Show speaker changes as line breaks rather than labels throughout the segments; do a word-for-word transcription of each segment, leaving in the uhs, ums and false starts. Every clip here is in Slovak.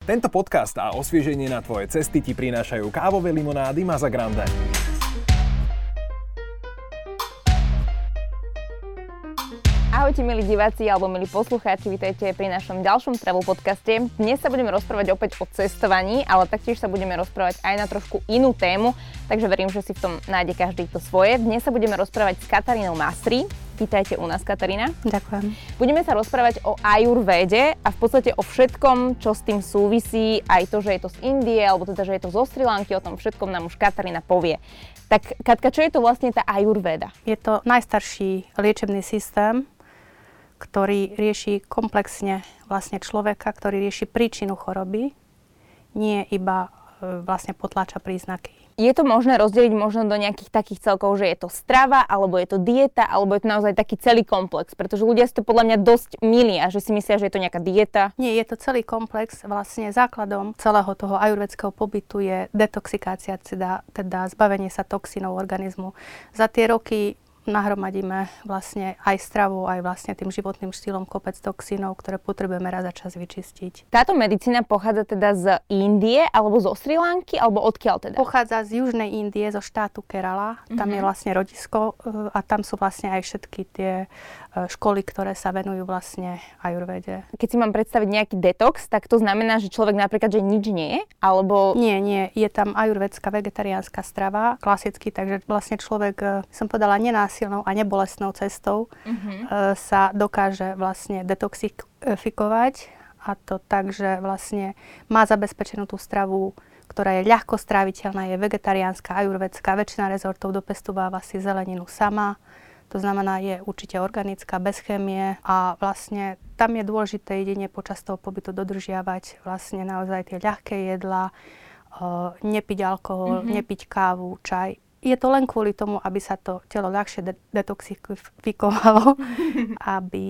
Tento podcast a osvieženie na tvoje cesty ti prinášajú kávové limonády Masa Grande.
Ahojte milí diváci alebo milí poslucháči, vítajte pri našom ďalšom travel podcaste. Dnes sa budeme rozprávať opäť o cestovaní, ale taktiež sa budeme rozprávať aj na trošku inú tému, takže verím, že si v tom nájde každý to svoje. Dnes sa budeme rozprávať s Katarínou Masri. Vítajte u nás, Katarína.
Ďakujem.
Budeme sa rozprávať o ajurvéde a v podstate o všetkom, čo s tým súvisí, aj to, že je to z Indie, alebo teda, že je to zo Srí Lanky, o tom všetkom nám už Katarína povie. Tak Katka, čo je to vlastne tá ajurvéda?
Je to najstarší liečebný systém, ktorý rieši komplexne vlastne človeka, ktorý rieši príčinu choroby, nie iba e, vlastne potláča príznaky.
Je to možné rozdeliť možno do nejakých takých celkov, že je to strava, alebo je to dieta, alebo je to naozaj taký celý komplex? Pretože ľudia si to podľa mňa dosť milia, že si myslia, že je to nejaká dieta.
Nie, je to celý komplex. Vlastne základom celého toho ajurvédskeho pobytu je detoxikácia, teda, teda zbavenie sa toxínov organizmu. Za tie roky nahromadíme vlastne aj stravou, aj vlastne tým životným štýlom kopec toxínov, ktoré potrebujeme raz za čas vyčistiť.
Táto medicína pochádza teda z Indie, alebo zo Srí Lanky, alebo odkiaľ teda?
Pochádza z južnej Indie, zo štátu Kerala. Tam mm-hmm. je vlastne rodisko a tam sú vlastne aj všetky tie školy, ktoré sa venujú vlastne ajurvéde.
Keď si mám predstaviť nejaký detox, tak to znamená, že človek napríklad, že nič nie je? Alebo...
Nie, nie. Je tam ajurvédská vegetariánska strava, klasicky, takže vlastne človek, som povedala, nenásilnou a nebolestnou cestou mm-hmm. sa dokáže vlastne detoxifikovať, a to tak, že vlastne má zabezpečenú tú stravu, ktorá je ľahko stráviteľná, je vegetariánska, ajurvédská. Väčšina rezortov dopestováva si zeleninu sama. To znamená, je určite organická, bez chémie a vlastne tam je dôležité jedine počas toho pobytu dodržiavať vlastne naozaj tie ľahké jedlá, uh, nepiť alkohol, mm-hmm. nepiť kávu, čaj. Je to len kvôli tomu, aby sa to telo ľahšie de- detoxifikovalo, aby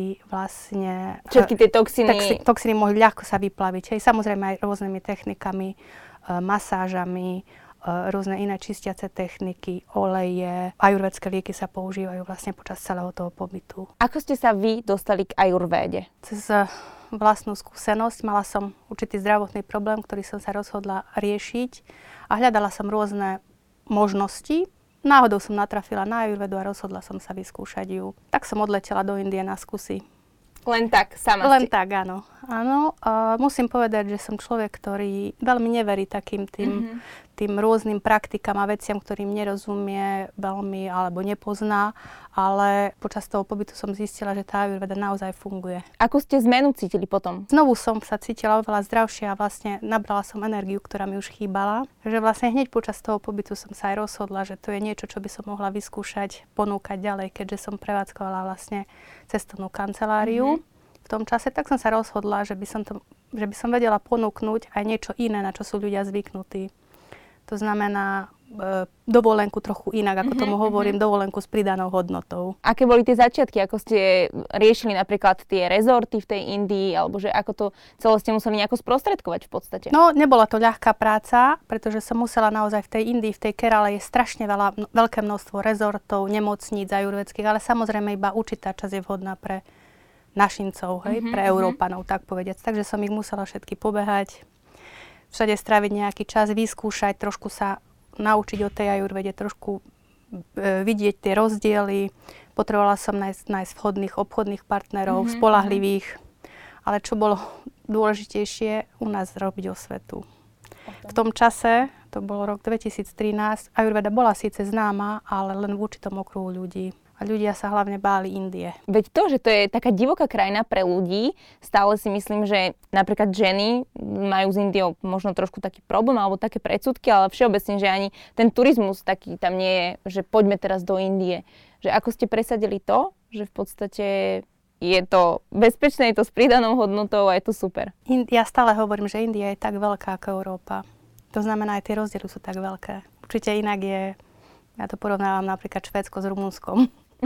vlastne
všetky tie toxíny...
Toxi- toxíny mohli ľahko sa vyplaviť. Hej, samozrejme aj rôznymi technikami, uh, masážami, rôzne iné čistiace techniky, oleje. Ajurvédske lieky sa používajú vlastne počas celého toho pobytu.
Ako ste sa vy dostali k ajurvéde?
Cez vlastnú skúsenosť mala som určitý zdravotný problém, ktorý som sa rozhodla riešiť a hľadala som rôzne možnosti. Náhodou som natrafila na ajurvédu a rozhodla som sa vyskúšať ju. Tak som odletela do Indie na skúsi.
Len tak, sama
Len
ste...
tak, áno. Áno, a musím povedať, že som človek, ktorý veľmi neverí takým tým, mm-hmm. tým rôznym praktikám a veciam, ktorým nerozumie veľmi alebo nepozná, ale počas toho pobytu som zistila, že tá ajurvéda naozaj funguje.
Ako ste zmenu cítili potom?
Znovu som sa cítila oveľa zdravšia a vlastne nabrala som energiu, ktorá mi už chýbala. Že vlastne hneď počas toho pobytu som sa aj rozhodla, že to je niečo, čo by som mohla vyskúšať, ponúkať ďalej, keďže som prevádzkovala vlastne cestovnú kanceláriu. Mm-hmm. V tom čase, tak som sa rozhodla, že by som, to, že by som vedela ponúknuť aj niečo iné, na čo sú ľudia zvyknutí. To znamená e, dovolenku trochu inak, ako mm-hmm, tomu hovorím, mm-hmm. dovolenku s pridanou hodnotou.
Aké boli tie začiatky? Ako ste riešili napríklad tie rezorty v tej Indii? Alebo že ako to celé ste museli nejako sprostredkovať v podstate?
No, nebola to ľahká práca, pretože som musela naozaj v tej Indii, v tej Kerale je strašne veľa, veľké množstvo rezortov, nemocníc ajurvédskych, ale samozrejme iba určitá časť je vhodná pre našincov, hej, mm-hmm, pre Európanov, tak povediac. Takže som ich musela všetky pobehať, všade stráviť nejaký čas, vyskúšať, trošku sa naučiť o tej ajurvede, trošku e, vidieť tie rozdiely. Potrebovala som nájsť, nájsť vhodných obchodných partnerov, mm-hmm, spoľahlivých, ale čo bolo dôležitejšie, u nás robiť osvetu. V tom čase, to bol rok dvetisíctrinásť, ajurveda bola síce známa, ale len v určitom okruhu ľudí. A ľudia sa hlavne báli Indie.
Veď to, že to je taká divoká krajina pre ľudí, stále si myslím, že napríklad ženy majú s Indiou možno trošku taký problém alebo také predsudky, ale všeobecne, že ani ten turizmus taký tam nie je, že poďme teraz do Indie. Že ako ste presadili to, že v podstate je to bezpečné, je to s pridanou hodnotou a je to super.
Ja stále hovorím, že India je tak veľká ako Európa. To znamená, aj tie rozdiely sú tak veľké. Určite inak je, ja to porovnávam napríklad Švédsko s Rumunskom.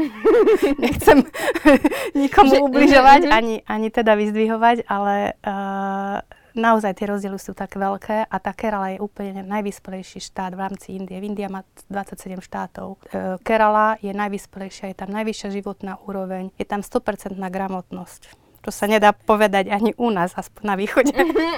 Nechcem nikomu že, ubližovať, ani, ani teda vyzdvihovať, ale uh, naozaj tie rozdiely sú tak veľké a tá Kerala je úplne najvyspelejší štát v rámci Indie. India má dvadsaťsedem štátov. Uh, Kerala je najvyspelejšia, je tam najvyššia životná úroveň, je tam sto percent gramotnosť. To sa nedá povedať ani u nás, aspoň na východe.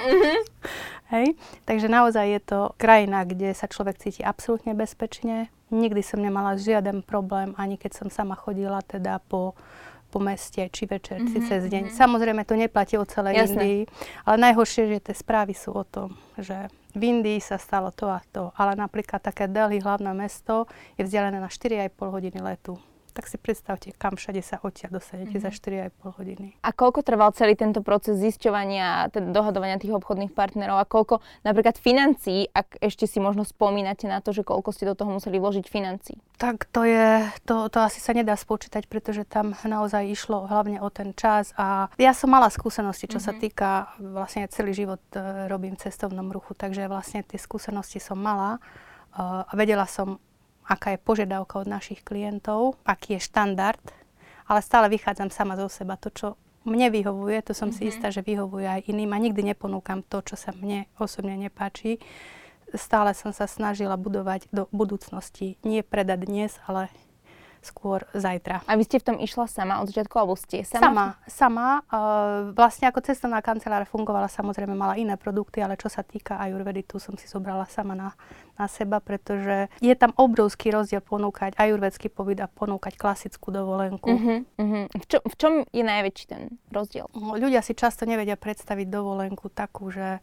Hej. Takže naozaj je to krajina, kde sa človek cíti absolútne bezpečne. Nikdy som nemala žiaden problém, ani keď som sama chodila teda po, po meste, či večer, mm-hmm, či cez deň. Mm-hmm. Samozrejme, to neplatí o celej Jasné. Indii, ale najhoršie, že tie správy sú o tom, že v Indii sa stalo to a to, ale napríklad také Delhi, hlavné mesto, je vzdialené na štyri a pol hodiny letu. Tak si predstavte, kam všade sa odtiaľ dostanete mm-hmm. za štyri a pol hodiny.
A koľko trval celý tento proces zisťovania, teda dohadovania tých obchodných partnerov a koľko napríklad financií, ak ešte si možno spomínate na to, že koľko ste do toho museli vložiť financií?
Tak to je, to, to asi sa nedá spočítať, pretože tam naozaj išlo hlavne o ten čas a ja som mala skúsenosti, čo mm-hmm. sa týka, vlastne celý život uh, robím v cestovnom ruchu, takže vlastne tie skúsenosti som mala uh, a vedela som, aká je požiadavka od našich klientov, aký je štandard, ale stále vychádzam sama zo seba. To, čo mne vyhovuje, to som mm-hmm. si istá, že vyhovuje aj iným a nikdy neponúkam to, čo sa mne osobne nepáči. Stále som sa snažila budovať do budúcnosti. Nie predať dnes, ale skôr zajtra.
A vy ste v tom išla sama od začiatku, alebo ste sama?
Sama, sama. Uh, vlastne ako cestovná kancelária fungovala, samozrejme mala iné produkty, ale čo sa týka ajurvedy, tu som si zobrala sama na, na seba, pretože je tam obrovský rozdiel ponúkať ajurvedský pobyt a ponúkať klasickú dovolenku. Uh-huh, uh-huh.
V, čo, v čom je najväčší ten rozdiel?
Ľudia si často nevedia predstaviť dovolenku takú, že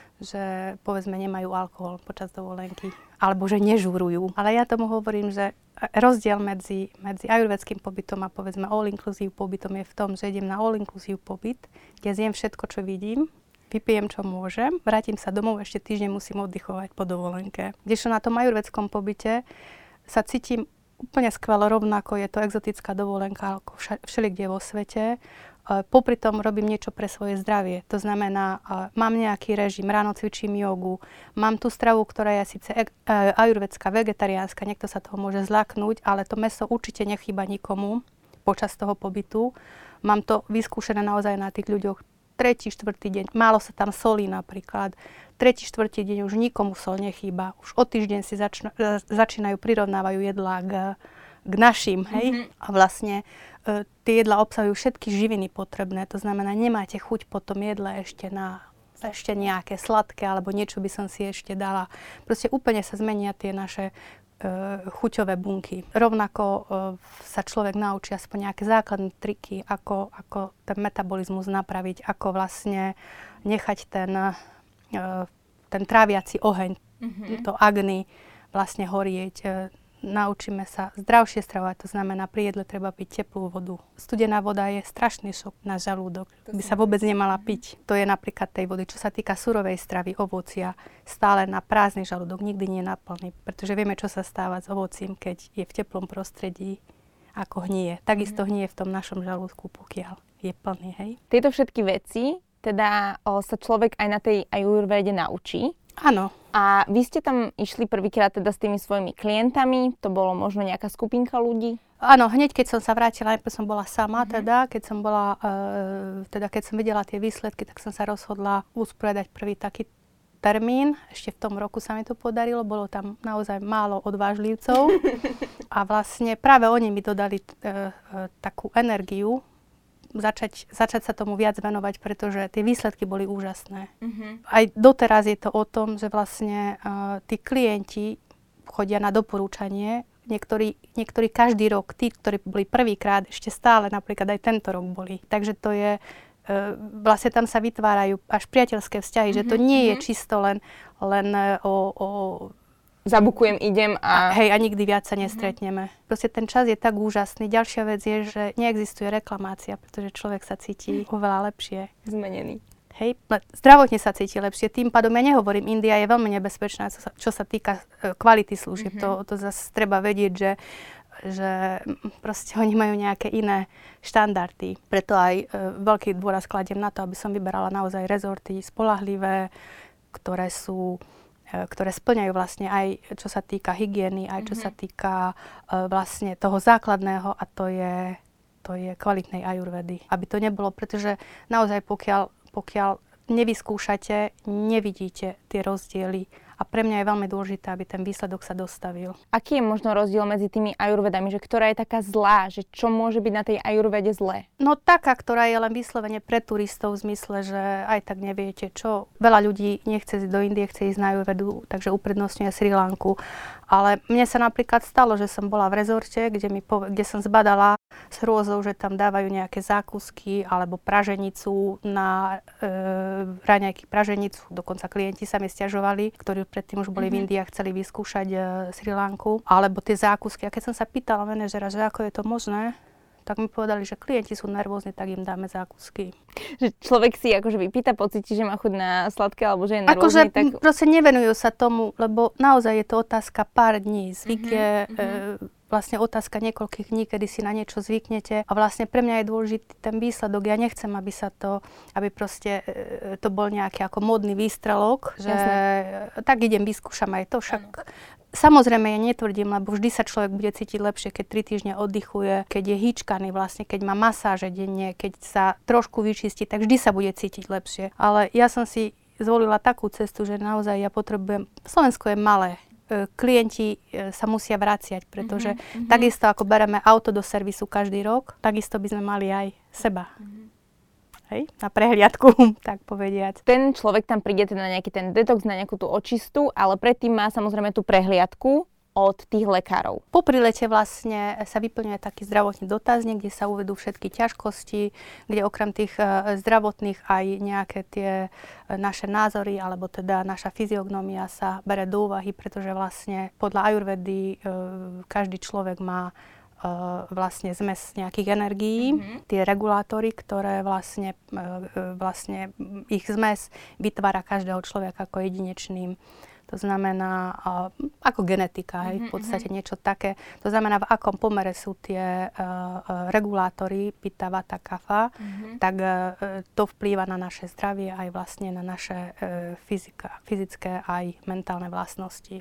že povedzme nemajú alkohol počas dovolenky, alebo že nežúrujú. Ale ja tomu hovorím, že rozdiel medzi, medzi ajurvedským pobytom a povedzme all-inclusive pobytom je v tom, že idem na all-inclusive pobyt, kde zjem všetko, čo vidím, vypijem, čo môžem, vrátim sa domov, ešte týždeň musím oddychovať po dovolenke. Kdežto na tom ajurvedskom pobyte sa cítim úplne skvelo, rovnako je to exotická dovolenka ako všelikde vo svete. Popri tom robím niečo pre svoje zdravie. To znamená, mám nejaký režim, ráno cvičím jogu, mám tú stravu, ktorá je síce ajurvedská, vegetariánska, niekto sa toho môže zľaknúť, ale to mäso určite nechýba nikomu počas toho pobytu. Mám to vyskúšené naozaj na tých ľuďoch. Tretí, štvrtý deň, málo sa tam solí napríklad. Tretí, štvrtý deň už nikomu sol nechýba. Už o týždeň si začn- začínajú, prirovnávajú jedlá k, k našim, hej? Mm-hmm. A vlastne e, tie jedlá obsahujú všetky živiny potrebné. To znamená, nemáte chuť po tom jedle ešte na ešte nejaké sladké, alebo niečo by som si ešte dala. Proste úplne sa zmenia tie naše chuťové bunky. Rovnako uh, sa človek naučí aspoň nejaké základné triky, ako, ako ten metabolizmus napraviť, ako vlastne nechať ten, uh, ten tráviaci oheň, mm-hmm. to agny vlastne horieť. Uh, naučíme sa zdravšie stravovať, to znamená, pri jedle treba piť teplú vodu. Studená voda je strašný šok na žalúdok, to by sa vôbec nemala piť. To je napríklad tej vody. Čo sa týka surovej stravy, ovocia, stále na prázdny žalúdok, nikdy nie na plný, pretože vieme, čo sa stáva s ovocím, keď je v teplom prostredí, ako hnie. Takisto hnie v tom našom žalúdku, pokiaľ je plný, hej.
Tieto všetky veci teda o, sa človek aj na tej ajurvede naučí.
Áno.
A vy ste tam išli prvýkrát teda s tými svojimi klientami? To bolo možno nejaká skupinka ľudí?
Áno, hneď keď som sa vrátila, najprv som bola sama,
Mm-hmm.
teda, keď som bola, e, teda keď som videla tie výsledky, tak som sa rozhodla usporiadať prvý taký termín. Ešte v tom roku sa mi to podarilo, bolo tam naozaj málo odvážlivcov a vlastne práve oni mi dodali e, e, takú energiu, Začať, začať sa tomu viac venovať, pretože tie výsledky boli úžasné. Mm-hmm. Aj doteraz je to o tom, že vlastne uh, tí klienti chodia na doporúčanie. Niektorí, niektorí každý rok, tí, ktorí boli prvýkrát, ešte stále napríklad aj tento rok boli. Takže to je, uh, vlastne tam sa vytvárajú až priateľské vzťahy, mm-hmm. že to nie je čisto len, len o... o
zabukujem, idem a...
a... Hej, a nikdy viac sa nestretneme. Mm-hmm. Proste ten čas je tak úžasný. Ďalšia vec je, že neexistuje reklamácia, pretože človek sa cíti oveľa lepšie.
Zmenený.
Hej, zdravotne sa cíti lepšie. Tým pádom ja nehovorím, India je veľmi nebezpečná, čo sa, čo sa týka e, kvality služieb. Mm-hmm. To, to zase treba vedieť, že, že proste oni majú nejaké iné štandardy. Preto aj e, veľký dôraz kladiem na to, aby som vyberala naozaj rezorty spoľahlivé, ktoré sú ktoré spĺňajú vlastne aj čo sa týka hygieny, aj čo mm-hmm. sa týka uh, vlastne toho základného a to je, to je kvalitnej ajurvedy. Aby to nebolo, pretože naozaj pokiaľ, pokiaľ nevyskúšate, nevidíte tie rozdiely a A pre mňa je veľmi dôležité, aby ten výsledok sa dostavil.
Aký je možno rozdiel medzi tými ajurvedami, že ktorá je taká zlá, že čo môže byť na tej ajurvede zlé?
No taká, ktorá je len vyslovene pre turistov v zmysle, že aj tak neviete čo. Veľa ľudí nechce ísť do Indie, chce ísť na ajurvedu, takže uprednostňuje Srí Lanku. Ale mne sa napríklad stalo, že som bola v rezorte, kde, mi pove- kde som zbadala s hrôzou, že tam dávajú nejaké zákusky alebo praženicu na e, raňajky praženicu. Dokonca klienti sa mi sťažovali, ktorí predtým už boli mm-hmm. v Indii a chceli vyskúšať e, Srí Lanku. Alebo tie zákusky. A keď som sa pýtala manažera, že ako je to možné, tak mi povedali, že klienti sú nervózni, tak im dáme zákusky.
Že človek si akože vypýta, pocíti, že má chuť na sladké alebo že je nervózny.
Akože
tak...
proste nevenujú sa tomu, lebo naozaj je to otázka pár dní. Zvyk je mm-hmm. e, vlastne otázka niekoľkých dní, kedy si na niečo zvyknete. A vlastne pre mňa je dôležitý ten výsledok. Ja nechcem, aby sa to, aby proste e, to bol nejaký ako módny výstrelok, že e, tak idem, vyskúšam aj to však. Ano. Samozrejme, ja netvrdím, lebo vždy sa človek bude cítiť lepšie, keď tri týždne oddychuje, keď je hýčkaný vlastne, keď má masáže denne, keď sa trošku vyčistí, tak vždy sa bude cítiť lepšie. Ale ja som si zvolila takú cestu, že naozaj ja potrebujem, Slovensko je malé, klienti sa musia vraciať, pretože mm-hmm. takisto ako bereme auto do servisu každý rok, takisto by sme mali aj seba. Mm-hmm. Hej, na prehliadku, tak povediať.
Ten človek tam príde teda na nejaký ten detox, na nejakú tú očistu, ale predtým má samozrejme tú prehliadku od tých lekárov.
Po prilete vlastne sa vyplňuje taký zdravotný dotazník, kde sa uvedú všetky ťažkosti, kde okrem tých uh, zdravotných aj nejaké tie uh, naše názory, alebo teda naša fyziognomia sa bere do úvahy, pretože vlastne podľa ajurvedy uh, každý človek má Uh, vlastne zmes nejakých energií, mm-hmm. tie regulátory, ktoré vlastne, uh, vlastne ich zmes vytvára každého človeka ako jedinečným. To znamená, uh, ako genetika, hej, mm-hmm. v podstate niečo také. To znamená, v akom pomere sú tie uh, uh, regulátory pitta, vata, kapha, mm-hmm. tak uh, to vplýva na naše zdravie aj vlastne na naše uh, fyzika, fyzické aj mentálne vlastnosti.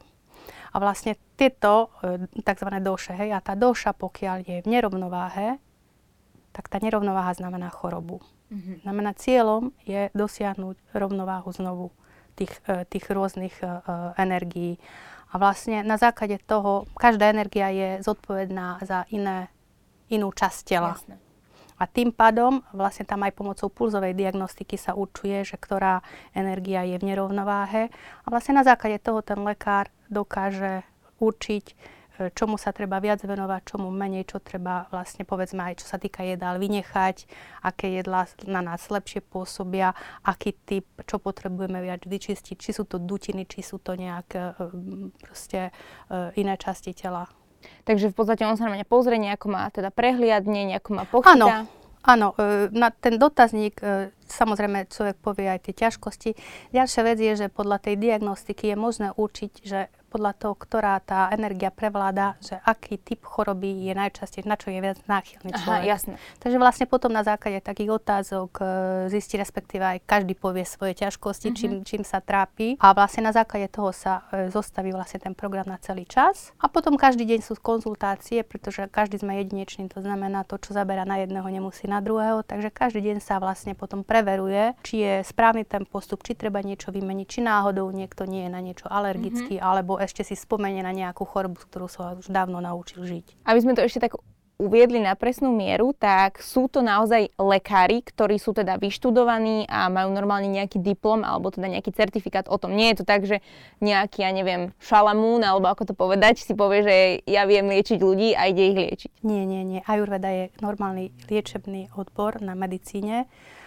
A vlastne tieto tzv. Dóše, hej, a tá dóša, pokiaľ je v nerovnováhe, tak tá nerovnováha znamená chorobu. Mm-hmm. Znamená, cieľom je dosiahnuť rovnováhu znovu tých, tých rôznych uh, energií. A vlastne na základe toho, každá energia je zodpovedná za iné, inú časť tela. Jasne. A tým pádom vlastne tam aj pomocou pulzovej diagnostiky sa určuje, že ktorá energia je v nerovnováhe. A vlastne na základe toho ten lekár dokáže určiť, čomu sa treba viac venovať, čomu menej, čo treba vlastne povedzme aj čo sa týka jedál vynechať, aké jedlá na nás lepšie pôsobia, aký typ, čo potrebujeme viac vyčistiť, či sú to dutiny, či sú to nejaké proste iné časti tela.
Takže v podstate on sa na mňa pozrie, nejako má teda prehliadne, nejako má pochytá.
Áno, áno, na ten dotazník samozrejme človek povie aj tie ťažkosti. Ďalšia vec je, že podľa tej diagnostiky je možné určiť, že podľa toho, ktorá tá energia prevláda, že aký typ choroby je najčastejšie, na čo je viac náchylný človek.
Aha, jasné.
Takže vlastne potom na základe takých otázok zistí, respektíve aj každý povie svoje ťažkosti, mm-hmm. čím, čím sa trápi. A vlastne na základe toho sa zostaví vlastne ten program na celý čas. A potom každý deň sú konzultácie, pretože každý sme jedinečný, to znamená to, čo zaberá na jedného, nemusí na druhého. Takže každý deň sa vlastne potom preveruje, či je správny ten postup, či treba niečo vymeniť, či náhodou niekto nie je na niečo alergický, mm-hmm. alebo ešte si spomenie na nejakú chorobu, s ktorou sa už dávno naučil žiť.
Aby sme to ešte tak uviedli na presnú mieru, tak sú to naozaj lekári, ktorí sú teda vyštudovaní a majú normálne nejaký diplom alebo teda nejaký certifikát o tom. Nie je to tak, že nejaký, ja neviem, šalamún, alebo ako to povedať, si povie, že ja viem liečiť ľudí a ide ich liečiť.
Nie, nie, nie. Ajurveda je normálny liečebný odbor na medicíne.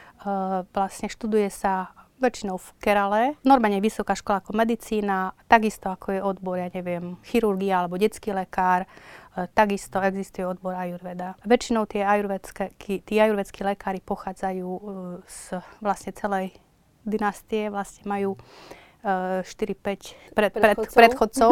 Uh, vlastne študuje sa väčšinou v Kerale. Normálne vysoká škola ako medicína, takisto ako je odbor, ja neviem, chirurgia alebo detský lekár, e, takisto existuje odbor ajurveda. Väčšinou tie ajurvedské, tí ajurvedskí lekári pochádzajú e, z vlastne celej dynastie, vlastne majú e, štyri päť pred, pred, predchodcov. predchodcov.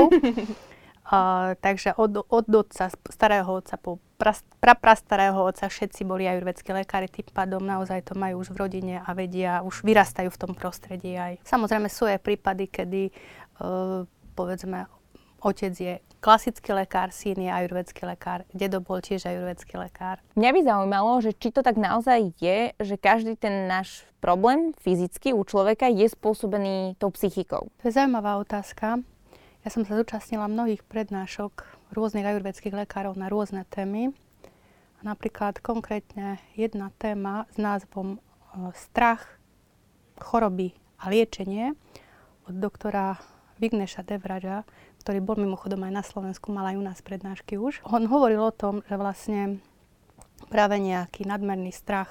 Uh, takže od, od otca, starého otca po pra, pra, prastarého otca všetci boli ajurvedskí lekári, tým pádom naozaj to majú už v rodine a vedia, už vyrastajú v tom prostredí aj. Samozrejme sú aj prípady, kedy uh, povedzme otec je klasický lekár, syn je ajurvédsky lekár, dedo bol tiež ajurvédsky lekár.
Mňa by zaujímalo, že či to tak naozaj je, že každý ten náš problém fyzicky u človeka je spôsobený tou psychikou.
To je zaujímavá otázka. Ja som sa zúčastnila mnohých prednášok rôznych ajurvédskych lekárov na rôzne témy. Napríklad konkrétne jedna téma s názvom Strach, choroby a liečenie od doktora Vigneša Devraja, ktorý bol mimochodom aj na Slovensku, mal aj u nás prednášky už. On hovoril o tom, že vlastne práve nejaký nadmerný strach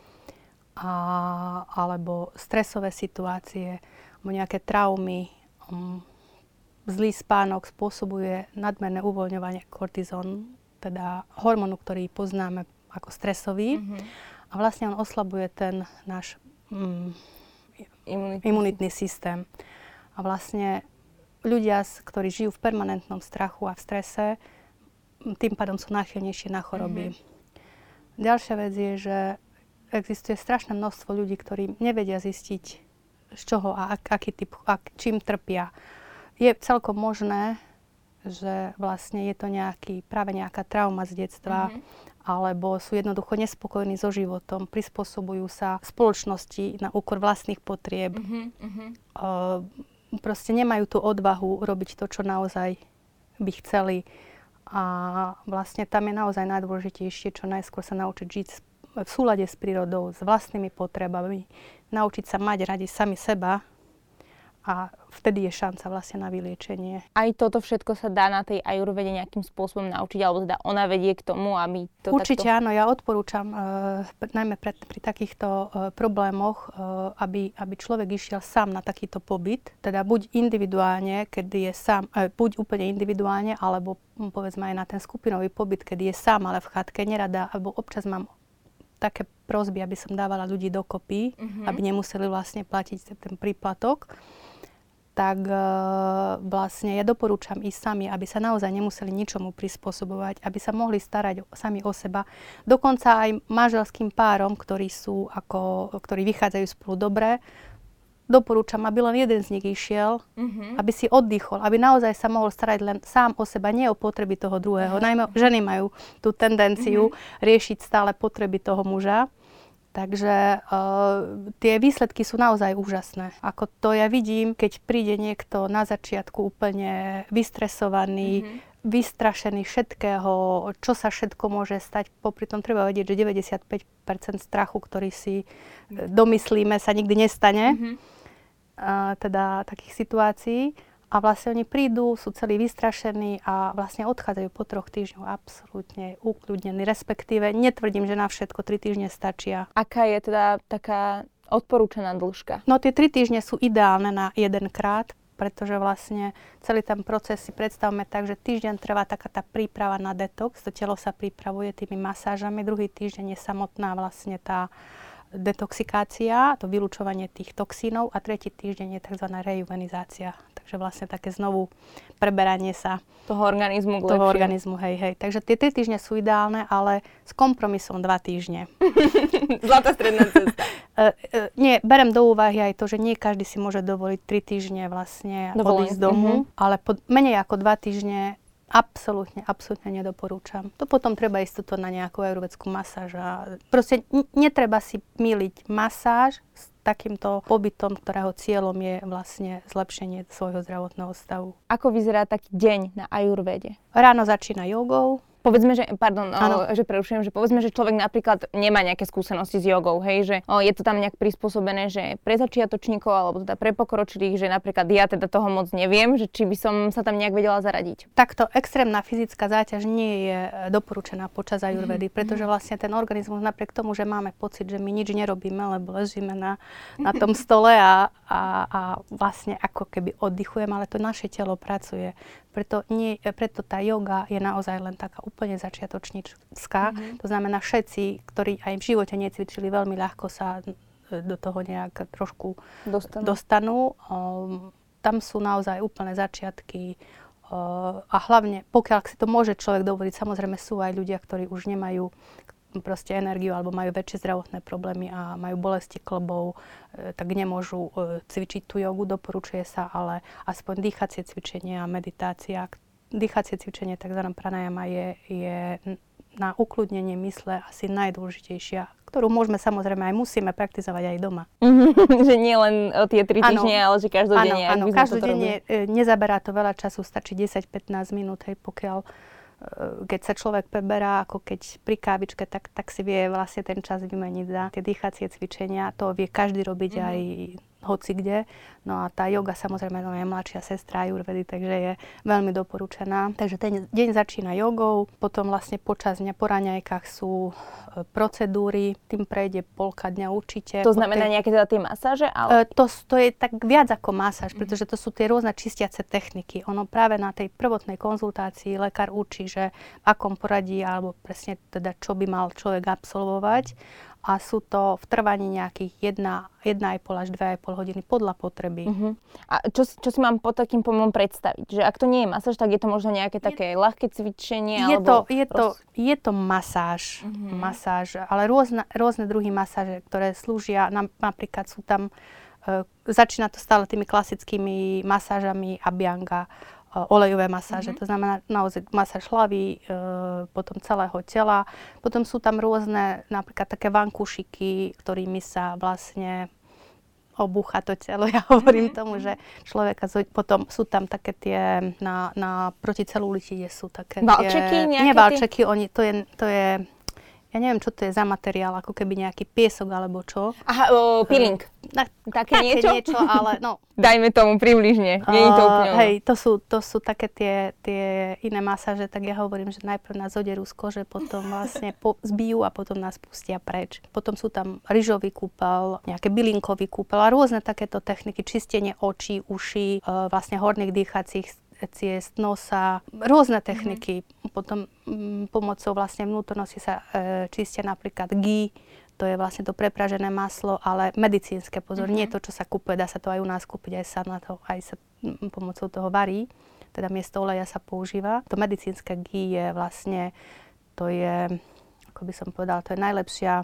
a, alebo stresové situácie, alebo nejaké traumy, um, zlý spánok spôsobuje nadmerné uvoľňovanie kortizónu, teda hormónu, ktorý poznáme ako stresový. Mm-hmm. A vlastne on oslabuje ten náš um, imunitný. imunitný systém. A vlastne ľudia, ktorí žijú v permanentnom strachu a v strese, tým pádom sú náchylnejšie na choroby. Mm-hmm. Ďalšia vec je, že existuje strašné množstvo ľudí, ktorí nevedia zistiť, z čoho a ak, aký typ, ak, čím trpia. Je celkom možné, že vlastne je to nejaký, práve nejaká trauma z detstva, mm-hmm. alebo sú jednoducho nespokojní so životom, prispôsobujú sa spoločnosti na úkor vlastných potrieb. Mm-hmm. Uh, proste nemajú tú odvahu robiť to, čo naozaj by chceli. A vlastne tam je naozaj najdôležitejšie, čo najskôr sa naučiť žiť v súlade s prírodou, s vlastnými potrebami, naučiť sa mať radi sami seba a vtedy je šanca vlastne na vyliečenie.
Aj toto všetko sa dá na tej ajurvede nejakým spôsobom naučiť, alebo teda ona vedie k tomu, aby to
Určite
takto...
áno, ja odporúčam, uh, najmä pre, pri takýchto uh, problémoch, uh, aby, aby človek išiel sám na takýto pobyt, teda buď individuálne, kedy je sám, uh, buď úplne individuálne, alebo um, povedzme aj na ten skupinový pobyt, kedy je sám, ale v chatke nerada, alebo občas mám také prosby, aby som dávala ľudí dokopy, mm-hmm. aby nemuseli vlastne platiť ten príplatok. Tak e, vlastne ja doporúčam ísť sami, aby sa naozaj nemuseli ničomu prispôsobovať, aby sa mohli starať sami o seba. Dokonca aj manželským párom, ktorí sú ako, ktorí vychádzajú spolu dobre, doporúčam, aby len jeden z nich išiel, mm-hmm. aby si oddychol, aby naozaj sa mohol starať len sám o seba, nie o potreby toho druhého. Mm-hmm. Najmä ženy majú tú tendenciu mm-hmm. riešiť stále potreby toho muža. Takže uh, tie výsledky sú naozaj úžasné. Ako to ja vidím, keď príde niekto na začiatku úplne vystresovaný, mm-hmm. vystrašený všetkého, čo sa všetko môže stať. Popri tom treba vedieť, že deväťdesiatpäť percent strachu, ktorý si domyslíme, sa nikdy nestane. Mm-hmm. Uh, teda takých situácií. A vlastne oni prídu, sú celí vystrašení a vlastne odchádzajú po troch týždňoch absolútne ukľudnení. Respektíve netvrdím, že na všetko tri týždne stačia.
Aká je teda taká odporúčaná dĺžka?
No tie tri týždne sú ideálne na jedenkrát, pretože vlastne celý ten proces si predstavme tak, že týždeň trvá taká tá príprava na detox, to telo sa pripravuje tými masážami, druhý týždeň je samotná vlastne tá detoxikácia, to vylučovanie tých toxínov a tretí týždeň je tzv. Rejuvenizácia. Takže vlastne také znovu preberanie sa
toho organizmu k
toho
lepšie.
organizmu, hej, hej. Takže tie tri týždne sú ideálne, ale s kompromisom dva týždne.
Zlatá stredná cesta.
uh, uh, nie, berem do úvahy aj to, že nie každý si môže dovoliť tri týždne vlastne
Dovolenie.
odísť z domu,
Mm-hmm.
ale pod, menej ako dva týždne absolútne, absolútne nedoporúčam. To potom treba ísť toto na nejakú ajurvédskú masáž. A proste n- netreba si myliť masáž s takýmto pobytom, ktorého cieľom je vlastne zlepšenie svojho zdravotného stavu.
Ako vyzerá taký deň na ajurvede?
Ráno začína jogou.
Povedzme, že, pardon, o,
Áno.
že prerušujem, že povedzme, že človek napríklad nemá nejaké skúsenosti s jogou, hej, že o, je to tam nejak prispôsobené, že pre začiatočníkov alebo teda pre pokročilých, že napríklad ja teda toho moc neviem, že či by som sa tam nejak vedela zaradiť.
Takto extrémna fyzická záťaž nie je doporučená počas ajurvedy, mm-hmm. pretože vlastne ten organizmus napriek tomu, že máme pocit, že my nič nerobíme, lebo ležíme na, na tom stole a, a, a vlastne ako keby oddychujeme, ale to naše telo pracuje. Preto, nie, preto tá joga je naozaj len taká úplne začiatočnícka. Mm-hmm. To znamená, všetci, ktorí aj v živote necvičili, veľmi ľahko sa do toho nejak trošku dostanú. dostanú. Um, tam sú naozaj úplné začiatky. Uh, a hlavne, pokiaľ si to môže človek dovoliť, samozrejme sú aj ľudia, ktorí už nemajú proste energiu alebo majú väčšie zdravotné problémy a majú bolesti klbov, e, tak nemôžu e, cvičiť tú jogu, doporučuje sa, ale aspoň dýchacie cvičenia, meditácia, dýchacie cvičenie, tzv. Pranayama, je, je na ukľudnenie mysle asi najdôležitejšia, ktorú môžeme samozrejme aj musíme praktizovať aj doma.
Že nie len tie tri týždne, ale že každodenne.
Áno, áno, každodenne nezaberá to veľa času, stačí desať pätnásť minút, hej, pokiaľ keď sa človek preberá, ako keď pri kávičke, tak, tak si vie vlastne ten čas vymeniť za tie dýchacie cvičenia. To vie každý robiť mm-hmm. aj hoci kde. No a tá joga samozrejme no, je mladšia sestra ajurvedy, takže je veľmi doporučená. Takže ten deň začína jogou, potom vlastne počas dňa po raňajkách sú e, procedúry, tým prejde polka dňa určite.
To znamená nejaké teda tie masáže?
E,
Ale...
to, to je tak viac ako masáž, mm-hmm. pretože to sú tie rôzne čistiace techniky. Ono práve na tej prvotnej konzultácii lekár učí, že v akom poradí, alebo presne teda čo by mal človek absolvovať. A sú to v trvaní nejakých jedna, jedna aj pol až dve aj pol hodiny podľa potreby. Uh-huh.
A čo, čo si mám pod takým pojmom predstaviť? Že ak to nie je masáž, tak je to možno nejaké také je, ľahké cvičenie?
Je,
alebo
to, je, roz... to, je to masáž, uh-huh. masáž, ale rôzne, rôzne druhy masáže, ktoré slúžia, na, napríklad sú tam, e, začína to stále tými klasickými masážami Abhyanga, olejové masáže, mm-hmm. to znamená naozaj masáž hlavy, e, potom celého tela. Potom sú tam rôzne, napríklad také vankúšiky, ktorými sa vlastne obúcha to telo. Ja hovorím mm-hmm. tomu, že človeka, potom sú tam také tie, na, na proticelulitide sú také
valčeky,
tie... Nie valčeky, oni, to je, to je, ja neviem, čo to je za materiál, ako keby nejaký piesok alebo čo.
Aha, o, peeling.
Na,
také,
také
niečo?
niečo, ale no.
Dajme tomu približne, nie je to úplne.
Uh, hej, to sú, to sú také tie, tie iné masáže, tak ja hovorím, že najprv nás zoderú z kože, potom vlastne po, zbijú a potom nás pustia preč. Potom sú tam ryžový kúpel, nejaké bylinkový kúpel a rôzne takéto techniky, čistenie očí, uší, uh, vlastne horných dýchacích ciest, nosa, rôzne techniky. Mm-hmm. Potom m, pomocou vlastne vnútornosti sa e, čistia napríklad ghee, to je vlastne to prepražené maslo, ale medicínske, pozor, mm-hmm. nie to, čo sa kúpuje, dá sa to aj u nás kúpiť, aj sa na to, aj sa m, pomocou toho varí, teda miesto oleja sa používa. To medicínske ghee je vlastne, to je, ako by som povedala, to je najlepšia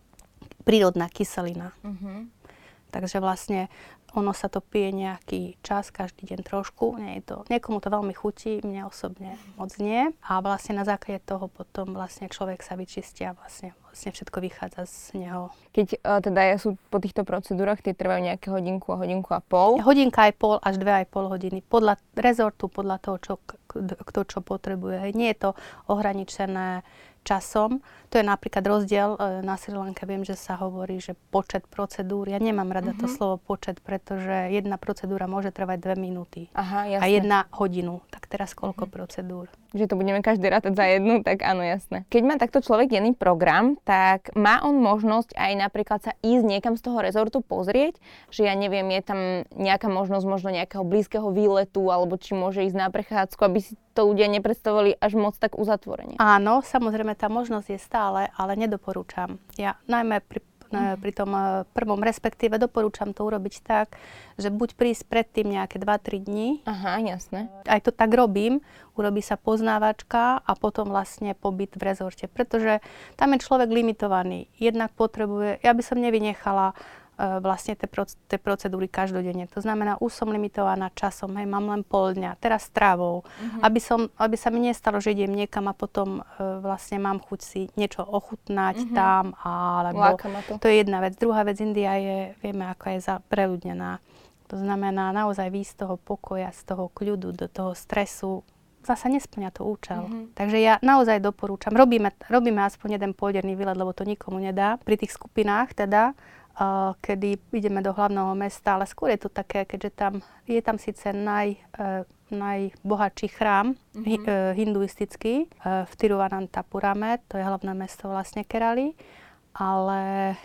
prírodná kyselina. Mm-hmm. Takže vlastne ono sa to pije nejaký čas, každý deň trošku. Nie je to, niekomu to veľmi chutí, mne osobne moc nie. A vlastne na základe toho potom vlastne človek sa vyčistí a vlastne, vlastne všetko vychádza z neho.
Keď uh, teda sú po týchto procedúrach, tie trvajú nejaké hodinku a hodinku a pol?
Hodinka aj pol až dve aj pol hodiny. Podľa rezortu, podľa toho, čo, kto čo potrebuje. Nie je to ohraničené časom. To je napríklad rozdiel, na Sri Lanke viem, že sa hovorí, že počet procedúr. Ja nemám rada uh-huh. to slovo počet, pretože jedna procedúra môže trvať dve minúty.
Aha, jasné.
A jedna hodinu. Tak teraz koľko uh-huh. procedúr?
Že to budeme každý rátať za jednu, tak áno, jasné. Keď má takto človek denný program, tak má on možnosť aj napríklad sa ísť niekam z toho rezortu pozrieť, že ja neviem, je tam nejaká možnosť možno nejakého blízkeho výletu, alebo či môže ísť na prechádzku, aby si to ľudia nepredstavovali až moc tak uzatvorene.
Áno, samozrejme tá možnosť je stále, ale nedoporúčam. Ja najmä pri, mm. pri tom prvom, respektíve doporúčam to urobiť tak, že buď prísť predtým nejaké dva tri dni.
Aha, jasné.
Aj to tak robím, urobí sa poznávačka a potom vlastne pobyt v rezorte, pretože tam je človek limitovaný. Jednak potrebuje, ja by som nevynechala vlastne tie, proc- tie procedúry každodenne. To znamená, už som limitovaná časom, hej, mám len pol dňa, teraz stravou, mm-hmm. aby, som, aby sa mi nestalo, že idem niekam a potom e, vlastne mám chuť si niečo ochutnať mm-hmm. tam, alebo to. to je jedna vec. Druhá vec, India je, vieme, ako je zapreľudnená. To znamená, naozaj výjsť z toho pokoja, z toho kľudu, do toho stresu, zasa nesplňa to účel. Mm-hmm. Takže ja naozaj doporúčam, robíme, robíme aspoň jeden pôjderný výlet, lebo to nikomu nedá. Pri tých skupinách teda, Uh, kedy ideme do hlavného mesta, ale skôr je to také, keďže tam je tam síce naj, uh, najbohatší chrám mm-hmm. hi, uh, hinduistický uh, v Tiruvanantapurame, to je hlavné mesto vlastne Kerali, ale,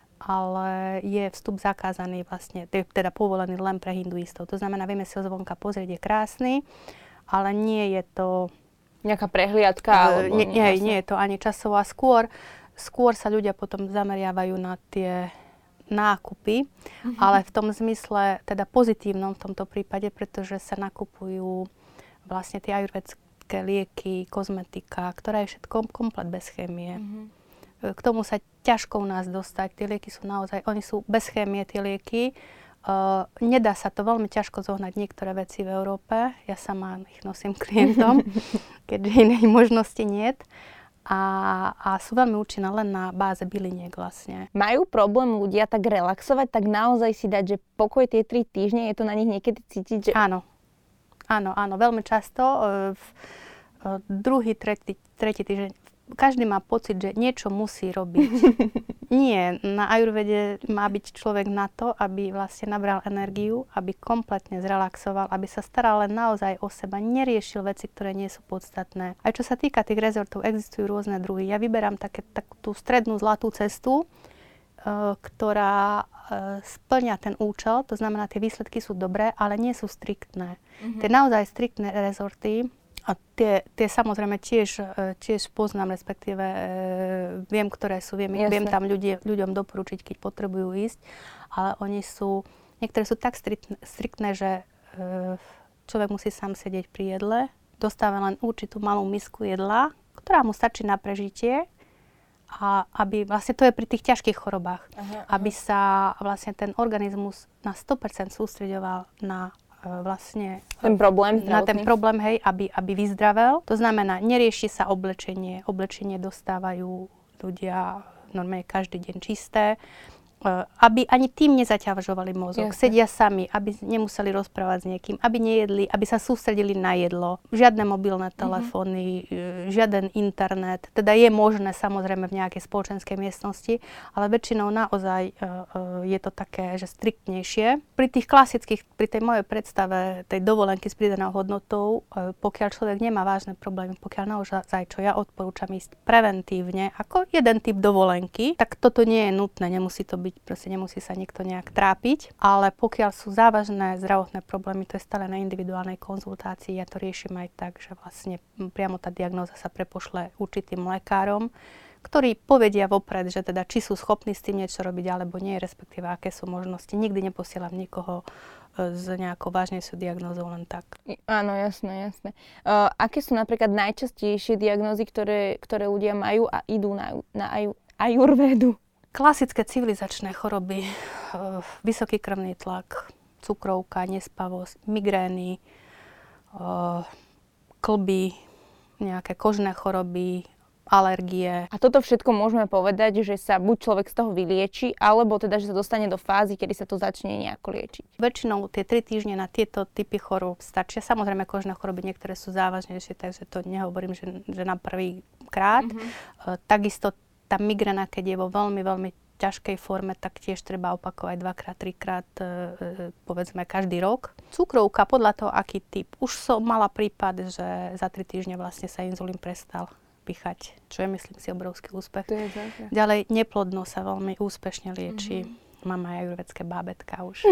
ale je vstup zakázaný vlastne, teda povolený len pre hinduistov. To znamená, vieme si ho zvonka pozrieť, je krásny, ale nie je to...
Nejaká prehliadka?
Uh,
alebo
nie, nie, nie je to ani časová. Skôr, skôr sa ľudia potom zameriavajú na tie nákupy, mm-hmm. ale v tom zmysle, teda pozitívnom v tomto prípade, pretože sa nakupujú vlastne tie ajurvédske lieky, kozmetika, ktorá je všetko komplet bez chémie. Mm-hmm. K tomu sa ťažko u nás dostať. Tie lieky sú naozaj, oni sú bez chémie, tie lieky. Uh, nedá sa to, veľmi ťažko zohnať niektoré veci v Európe. Ja sama ich nosím klientom, keďže inej možnosti niet. A, a sú veľmi účinné len na báze byliniek vlastne.
Majú problém ľudia tak relaxovať, tak naozaj si dať, že pokoj tie tri týždne, je to na nich niekedy cítiť, že...
Áno, áno, áno, veľmi často. Uh, v, uh, druhý, tretí, tretí týždeň každý má pocit, že niečo musí robiť. Nie, na ajurvede má byť človek na to, aby vlastne nabral energiu, aby kompletne zrelaxoval, aby sa staral len naozaj o seba, neriešil veci, ktoré nie sú podstatné. Aj čo sa týka tých rezortov, existujú rôzne druhy. Ja vyberám také, tak, tú strednú zlatú cestu, e, ktorá e, splňa ten účel, to znamená, tie výsledky sú dobré, ale nie sú striktné. Mm-hmm. Tie naozaj striktné rezorty, a tie, tie samozrejme tiež, tiež poznám, respektíve e, viem, ktoré sú, viem, viem tam ľudí, ľuďom doporučiť, keď potrebujú ísť, ale oni sú, niektoré sú tak striktné, striktné, že e, človek musí sám sedieť pri jedle, dostáva len určitú malú misku jedla, ktorá mu stačí na prežitie, a aby, vlastne to je pri tých ťažkých chorobách, aha, aby aha. sa vlastne ten organizmus na sto percent sústreďoval na vlastne
ten problém,
na ten problém, hej, aby, aby vyzdravel. To znamená, nerieši sa oblečenie. Oblečenie dostávajú ľudia normálne každý deň čisté. Aby ani tým nezaťažovali mozog. Jasne. Sedia sami, aby nemuseli rozprávať s niekým, aby nejedli, aby sa sústredili na jedlo. Žiadne mobilné telefóny, mm-hmm. žiaden internet. Teda je možné samozrejme v nejakej spoločenskej miestnosti, ale väčšinou naozaj uh, je to také, že striktnejšie. Pri tých klasických, pri tej mojej predstave tej dovolenky s pridanou hodnotou, uh, pokiaľ človek nemá vážne problémy, pokiaľ naozaj, čo ja odporúčam ísť preventívne, ako jeden typ dovolenky, tak toto nie je nutné, nemusí to byť, proste nemusí sa nikto nejak trápiť, ale pokiaľ sú závažné zdravotné problémy, to je stále na individuálnej konzultácii, ja to riešim aj tak, že vlastne priamo tá diagnóza sa prepošle určitým lekárom, ktorí povedia vopred, že teda či sú schopní s tým niečo robiť, alebo nie, respektíve aké sú možnosti. Nikdy neposielam nikoho s nejakou vážnejšou diagnózou len tak.
Áno, jasné, jasné. Uh, aké sú napríklad najčastejšie diagnózy, ktoré, ktoré ľudia majú a idú na, na aj, ajurvédu?
Klasické civilizačné choroby, vysoký krvný tlak, cukrovka, nespavosť, migrény, kĺby, nejaké kožné choroby, alergie.
A toto všetko môžeme povedať, že sa buď človek z toho vylieči, alebo teda, že sa dostane do fázy, kedy sa to začne nejako liečiť.
Väčšinou tie tri týždne na tieto typy chorób stačia. Samozrejme, kožné choroby niektoré sú závažnejšie, takže to nehovorím, že, že na prvý krát. Mm-hmm. Takisto tá migréna, keď je vo veľmi, veľmi ťažkej forme, tak tiež treba opakovať dvakrát, trikrát, e, povedzme každý rok. Cukrovka, podľa toho, aký typ. Už som mala prípad, že za tri týždne vlastne sa inzulín prestal píchať, čo je, myslím si, obrovský úspech. Ďalej, neplodnosť sa veľmi úspešne lieči. Mm-hmm. Mám aj ajurvedské bábätka už.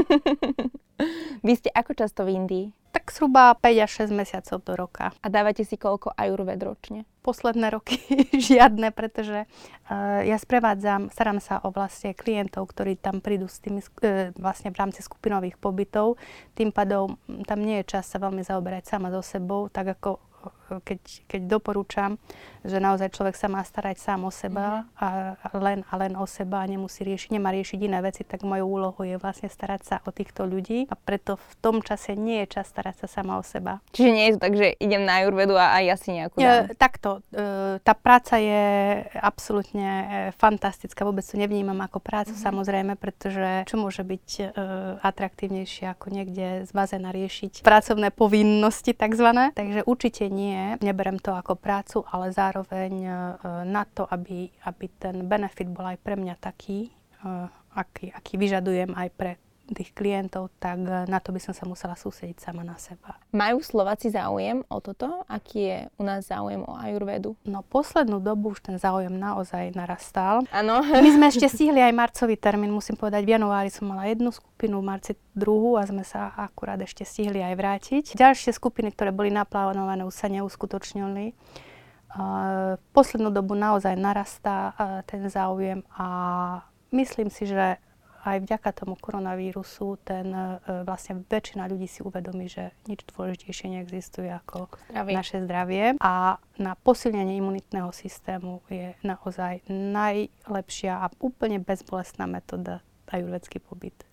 Vy ste ako často v Indii?
Tak zhruba päť až šesť mesiacov do roka.
A dávate si koľko ajurved ročne?
Posledné roky žiadne, pretože uh, ja sprevádzam, starám sa o vlastne klientov, ktorí tam prídu s tými, uh, vlastne v rámci skupinových pobytov. Tým pádom tam nie je čas sa veľmi zaoberať sama so sebou, tak ako keď, keď doporúčam, že naozaj človek sa má starať sám o seba a len a len o seba a nemusí riešiť, nemá riešiť iné veci, tak mojou úlohou je vlastne starať sa o týchto ľudí a preto v tom čase nie je čas starať sa sama o seba.
Čiže nie je to tak, že idem na ajurvedu a aj ja si nejakú dám?
E, takto. E, tá práca je absolútne fantastická. Vôbec to nevnímam ako prácu, mm-hmm. samozrejme, pretože čo môže byť e, atraktívnejšie ako niekde z bazéna riešiť pracovné povinnosti takzvané. Takže určite nie. Neberem to ako prácu, ale zároveň e, na to, aby, aby ten benefit bol aj pre mňa taký, e, aký, aký vyžadujem aj pre tých klientov, tak na to by som sa musela sústrediť sama na seba.
Majú Slováci záujem o toto? Aký je u nás záujem o ajurvedu?
No poslednú dobu už ten záujem naozaj narastal.
Áno.
My sme ešte stihli aj marcový termín, musím povedať, v januári som mala jednu skupinu, v marci druhú a sme sa akurát ešte stihli aj vrátiť. Ďalšie skupiny, ktoré boli naplánované, už sa neuskutočnili. Uh, poslednú dobu naozaj narastá uh, ten záujem a myslím si, že aj vďaka tomu koronavírusu ten uh, vlastne väčšina ľudí si uvedomí, že nič dôležitejšie neexistuje ako zdravie. Naše zdravie a na posilnenie imunitného systému je naozaj najlepšia a úplne bezbolestná metóda ajurvedský pobyt.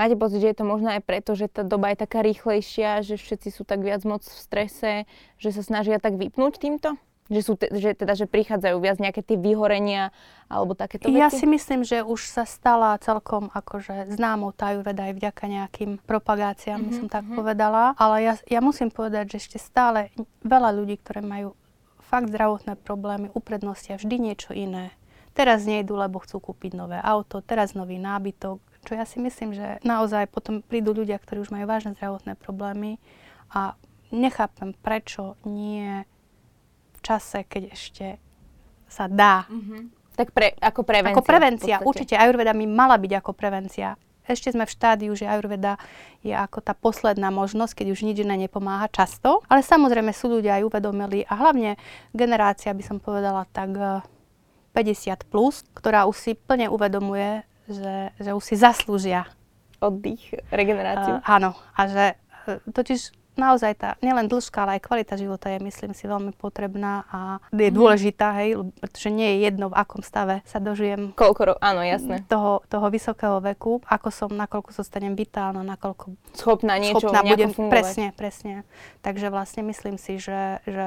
máte pocit, že je to možno aj preto, že tá doba je taká rýchlejšia, že všetci sú tak viac moc v strese, že sa snažia tak vypnúť týmto? Že, sú te, že, teda, že prichádzajú viac nejaké tie vyhorenia alebo takéto veci?
Ja si myslím, že už sa stala celkom akože známou tá ajurveda aj vďaka nejakým propagáciám, mm-hmm, by som tak mm-hmm. povedala. Ale ja, ja musím povedať, že ešte stále veľa ľudí, ktoré majú fakt zdravotné problémy, uprednostia vždy niečo iné. Teraz nejdu, lebo chcú kúpiť nové auto, teraz nový nábytok. Čo ja si myslím, že naozaj potom prídu ľudia, ktorí už majú vážne zdravotné problémy a nechápem, prečo nie v čase, keď ešte sa dá.
Mm-hmm. Tak pre, ako prevencia.
Ako prevencia. Určite ajurveda by mala byť ako prevencia. Ešte sme v štádiu, že ajurveda je ako tá posledná možnosť, keď už nič iné nepomáha často. Ale samozrejme sú ľudia aj uvedomili a hlavne generácia, by som povedala, tak päťdesiat plus, ktorá už si plne uvedomuje, že, že už si zaslúžia
oddych, regeneráciu.
Uh, áno. A že uh, totiž naozaj tá nielen dĺžka, ale aj kvalita života je, myslím si, veľmi potrebná a je dôležitá, hej, pretože nie je jedno, v akom stave sa dožijem.
Koľko rokov, áno, jasné.
Toho, toho vysokého veku, ako som, nakoľko zostanem vitálna, nakoľko
schopná niečo
schopná budem
fungovať.
Presne, presne. Takže vlastne myslím si, že, že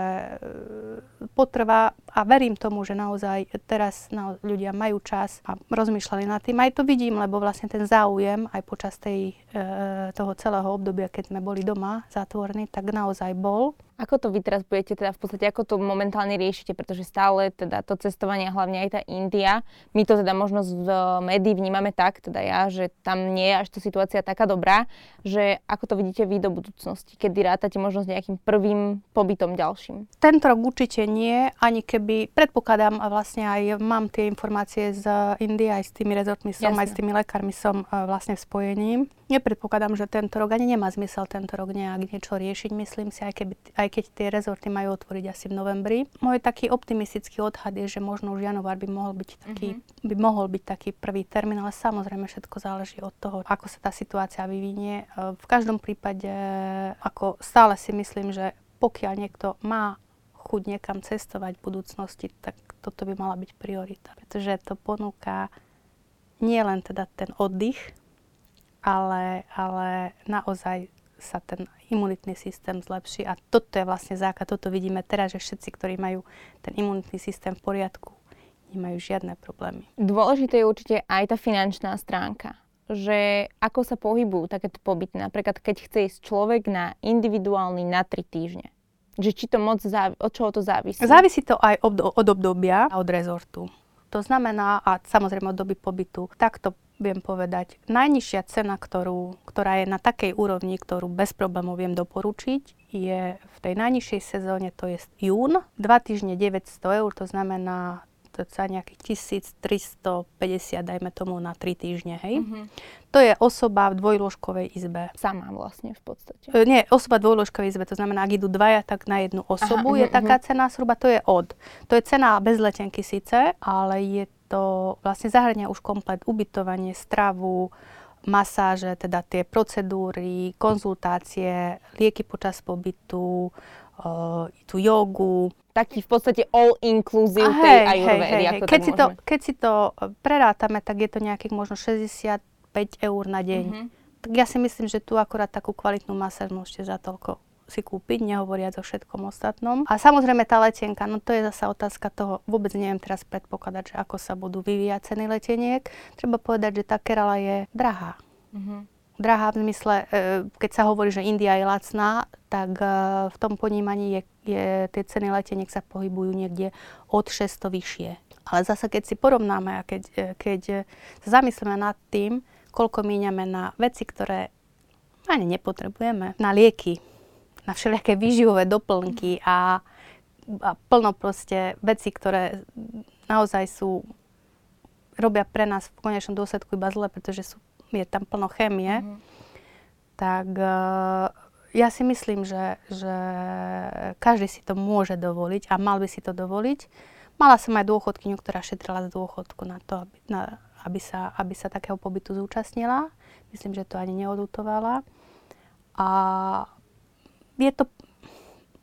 potrvá a verím tomu, že naozaj teraz na, ľudia majú čas a rozmýšľali nad tým. Aj to vidím, lebo vlastne ten záujem aj počas tej, e, toho celého obdobia, keď sme boli doma zatvorení, tak naozaj bol.
Ako to vy teraz budete, teda v podstate, ako to momentálne riešite, pretože stále teda to cestovanie, hlavne aj tá India, my to teda možno z médií vnímame tak, teda ja, že tam nie je až tá situácia taká dobrá, že ako to vidíte vy do budúcnosti, kedy rátate možno s nejakým prvým pobytom ďalším?
Tento rok určite nie, ani keby, predpokladám a vlastne aj mám tie informácie z Indie, aj s tými rezortmi som, Jasne. aj s tými lekármi som vlastne v spojení. Nepredpokladám, že tento rok, ani nemá zmysel tento rok nejak niečo riešiť, myslím si, aj, keby, aj keď tie rezorty majú otvoriť asi v novembri. Môj taký optimistický odhad je, že možno už január by mohol byť taký, mm-hmm. by mohol byť taký prvý termín, ale samozrejme všetko záleží od toho, ako sa tá situácia vyvinie. V každom prípade, ako stále si myslím, že pokiaľ niekto má chuť niekam cestovať v budúcnosti, tak toto by mala byť priorita, pretože to ponúka nie len teda ten oddych, ale, ale naozaj sa ten imunitný systém zlepší a toto je vlastne základ, toto vidíme teraz, že všetci, ktorí majú ten imunitný systém v poriadku, nemajú žiadne problémy.
Dôležité je určite aj tá finančná stránka, že ako sa pohybujú takéto pobyty, napríklad keď chce ísť človek na individuálny na tri týždne, že či to moc, závi- od čoho to závisí?
Závisí to aj od, od obdobia a od rezortu. To znamená, a samozrejme od doby pobytu, takto viem povedať, najnižšia cena, ktorú, ktorá je na takej úrovni, ktorú bez problémov viem doporučiť, je v tej najnižšej sezóne, to je jún, dva týždne deväťsto eur, to znamená to sa nejakých tisíctristopäťdesiat, dajme tomu na tri týždne, hej. Mm-hmm. To je osoba v dvojlôžkovej izbe.
Sama vlastne v podstate.
E, nie, osoba v dvojlôžkovej izbe, to znamená, ak idú dvaja, tak na jednu osobu. Aha, je uh-huh, taká uh-huh. cena zhruba, to je od. To je cena bez letenky síce, ale je to vlastne zahrania už komplet ubytovanie, stravu, masáže, teda tie procedúry, konzultácie, lieky počas pobytu, uh, tú jogu.
Taký v podstate all-inclusive tej ajurvédy.
Hej, keď, si to, keď si to prerátame, tak je to nejakých možno šesťdesiatpäť eur na deň. Uh-huh. Tak ja si myslím, že tu akorát takú kvalitnú masáž môžete za toľko si kúpiť, nehovoriac o všetkom ostatnom. A samozrejme tá letenka, no to je zasa otázka toho, vôbec neviem teraz predpokladať, že ako sa budú vyvíjať ceny leteniek. Treba povedať, že tá Kerala je drahá. Uh-huh. Drahá v zmysle, keď sa hovorí, že India je lacná, tak v tom ponímaní je, je, tie ceny leteniek sa pohybujú niekde od šesťsto vyššie. Ale zase, keď si porovnáme a keď, keď sa zamyslíme nad tým, koľko míňame na veci, ktoré ani nepotrebujeme, na lieky, na všelijaké výživové doplnky a, a plno proste veci, ktoré naozaj sú, robia pre nás v konečnom dôsledku iba zle, pretože sú je tam plno chémie, mm. tak uh, ja si myslím, že, že každý si to môže dovoliť a mal by si to dovoliť. Mala som aj dôchodkyňu, ktorá šetrila z dôchodku na to, aby, na, aby, sa, aby sa takého pobytu zúčastnila. Myslím, že to ani neodutovala. A je to,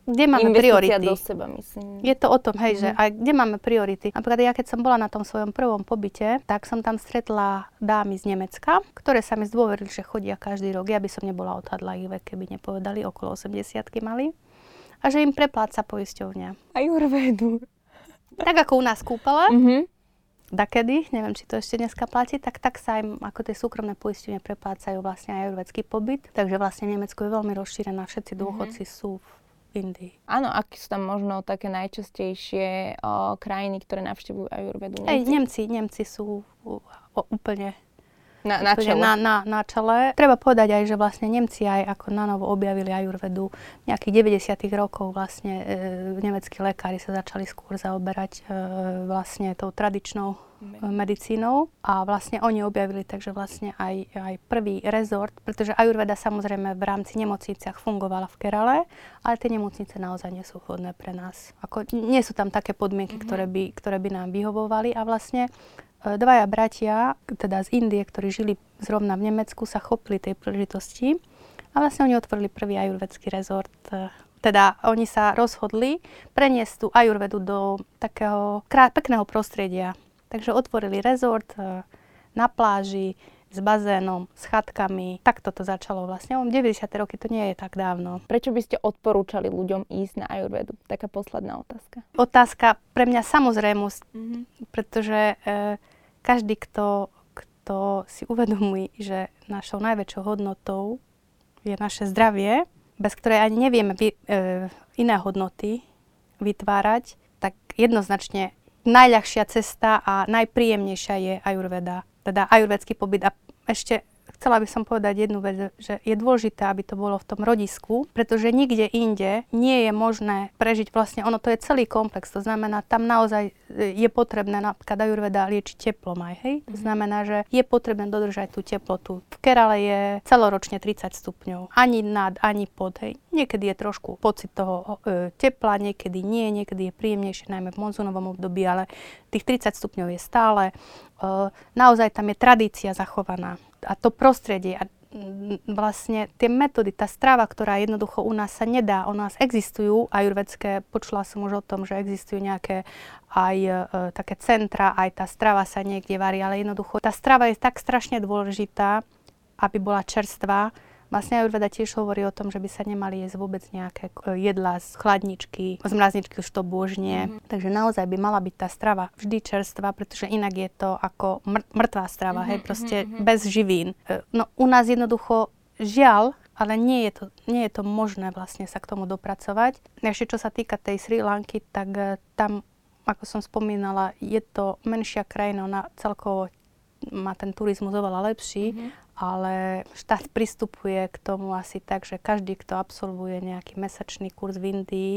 kde máme
investícia
priority.
do seba, myslím.
Je to o tom, hej,
Mm-hmm.
že aj kde máme priority. Napríklad ja, keď som bola na tom svojom prvom pobyte, tak som tam stretla dámy z Nemecka, ktoré sa mi zdôverili, že chodia každý rok. Ja by som nebola odhadla ich vek, keby nepovedali, okolo osemdesiatky mali. A že im prepláca poisťovňa.
Ajurvédu.
Tak ako u nás kúpele,
Mhm.
dakedy, neviem, či to ešte dneska platí, tak, tak sa im ako tie súkromné poisťovne preplácajú vlastne ajurvédsky pobyt. Takže vlastne Nemecko je veľmi rozšírené, všetci dôchodci mm-hmm. sú v Indii.
Áno, aké sú tam možno také najčastejšie o, krajiny, ktoré navštevujú ajurvédu?
Hej, Nemci, Nemci sú u, o, úplne,
na, na
úplne
čele.
na, na, na čele. Treba povedať aj, že vlastne Nemci aj ako nanovo objavili ajurvédu nejakých deväťdesiatych rokov vlastne e, nemeckí lekári sa začali skôr zaoberať e, vlastne tou tradičnou medicínou a vlastne oni objavili, takže vlastne aj, aj prvý rezort, pretože ajurveda samozrejme v rámci nemocniciach fungovala v Kerale, ale tie nemocnice naozaj nie sú vhodné pre nás. Ako, nie sú tam také podmienky, mm-hmm. ktoré, by, ktoré by nám vyhovovali a vlastne e, dvaja bratia, teda z Indie, ktorí žili zrovna v Nemecku, sa chopili tej príležitosti a vlastne oni otvorili prvý ajurvedský rezort. E, teda oni sa rozhodli preniesť tú ajurvedu do takého krá- pekného prostredia. Takže otvorili rezort na pláži s bazénom, s chatkami. Takto to začalo vlastne. deväťdesiate roky to nie je tak dávno.
Prečo by ste odporúčali ľuďom ísť na ajurvédu? Taká posledná otázka.
Otázka pre mňa samozrejmosť,
Mm-hmm.
pretože e, každý, kto, kto si uvedomí, že našou najväčšou hodnotou je naše zdravie, bez ktorej ani nevieme vy, e, iné hodnoty vytvárať, tak jednoznačne najľahšia cesta a najpríjemnejšia je ajurveda, teda ajurvédsky pobyt. A ešte chcela by som povedať jednu vec, že je dôležité, aby to bolo v tom rodisku, pretože nikde inde nie je možné prežiť vlastne, ono to je celý komplex, to znamená, tam naozaj je potrebné, napríklad ajurveda liečiť teplom aj, hej? To znamená, že je potrebné dodržať tú teplotu. V Kerale je celoročne tridsať stupňov, ani nad, ani pod, hej. Niekedy je trošku pocit toho e, tepla, niekedy nie, niekedy je príjemnejšie, najmä v monzúnovom období, ale tých tridsať stupňov je stále. E, naozaj tam je tradícia zachovaná. A to prostredie a vlastne tie metódy, tá strava, ktorá jednoducho u nás sa nedá, u nás existujú ajurvedské, počula som už o tom, že existujú nejaké aj e, také centra, aj tá strava sa niekde varí, ale jednoducho tá strava je tak strašne dôležitá, aby bola čerstvá. Vlastne ajurveda tiež hovorí o tom, že by sa nemali jesť vôbec nejaké jedlá z chladničky, z mrazničky už to božnie. Mm-hmm. Takže naozaj by mala byť tá strava vždy čerstvá, pretože inak je to ako mŕ- mŕtvá strava, mm-hmm, hej, proste mm-hmm. bez živín. No u nás jednoducho žiaľ, ale nie je to, nie je to možné vlastne sa k tomu dopracovať. Ešte čo sa týka tej Srí Lanky, tak tam, ako som spomínala, je to menšia krajina, ona celkovo má ten turizmus oveľa lepší, mm-hmm. ale štát pristupuje k tomu asi tak, že každý, kto absolvuje nejaký mesačný kurz v Indii,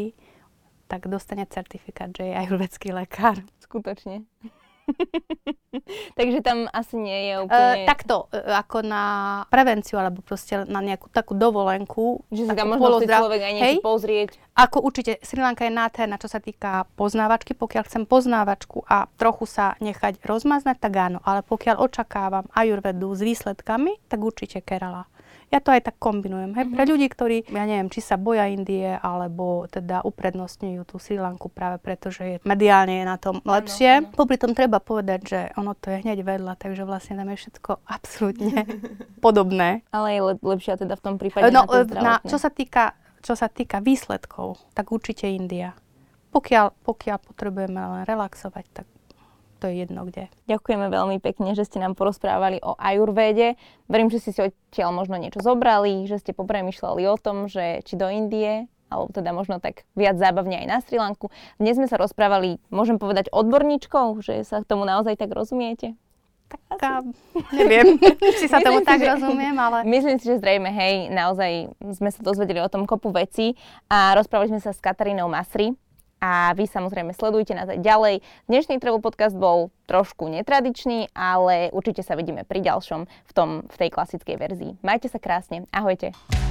tak dostane certifikát, že je ajurvédsky lekár.
Skutočne. Takže tam asi nie je úplne...
E, takto, e, ako na prevenciu, alebo proste na nejakú takú dovolenku.
Že sa tam možno chce človek aj niečo pozrieť.
Ako určite, Srí Lanka je nádherná, čo sa týka poznávačky. Pokiaľ chcem poznávačku a trochu sa nechať rozmaznať, tak áno. Ale pokiaľ očakávam ajurvedu s výsledkami, tak určite Kerala. Ja to aj tak kombinujem. Hej? Pre ľudí, ktorí, ja neviem, či sa boja Indie, alebo teda uprednostňujú tú Srí Lanku práve preto, že je, mediálne je na tom lepšie. Ano, ano. Popri tom treba povedať, že ono to je hneď vedľa, takže vlastne tam je všetko absolútne podobné.
Ale je lep- lepšia teda v tom prípade
no,
na to zdravotné.
Čo sa týka, čo sa týka výsledkov, tak určite India. Pokiaľ, pokiaľ potrebujeme len relaxovať, tak to je jedno kde. Ďakujeme
veľmi pekne, že ste nám porozprávali o ajurvéde. Verím, že ste si odtiaľ možno niečo zobrali, že ste popremýšľali o tom, že či do Indie, alebo teda možno tak viac zábavne aj na Srí Lanku. Dnes sme sa rozprávali, môžem povedať, odborníčkou, že sa k tomu naozaj tak rozumiete?
Taká, neviem, či sa tomu tak že, rozumiem, ale...
Myslím si, že zrejme, hej, naozaj sme sa dozvedeli o tom kopu vecí a rozprávali sme sa s Katarínou Masri. A vy samozrejme sledujte nás aj ďalej. Dnešný Travel Podcast bol trošku netradičný, ale určite sa vidíme pri ďalšom v, tom, v tej klasickej verzii. Majte sa krásne. Ahojte.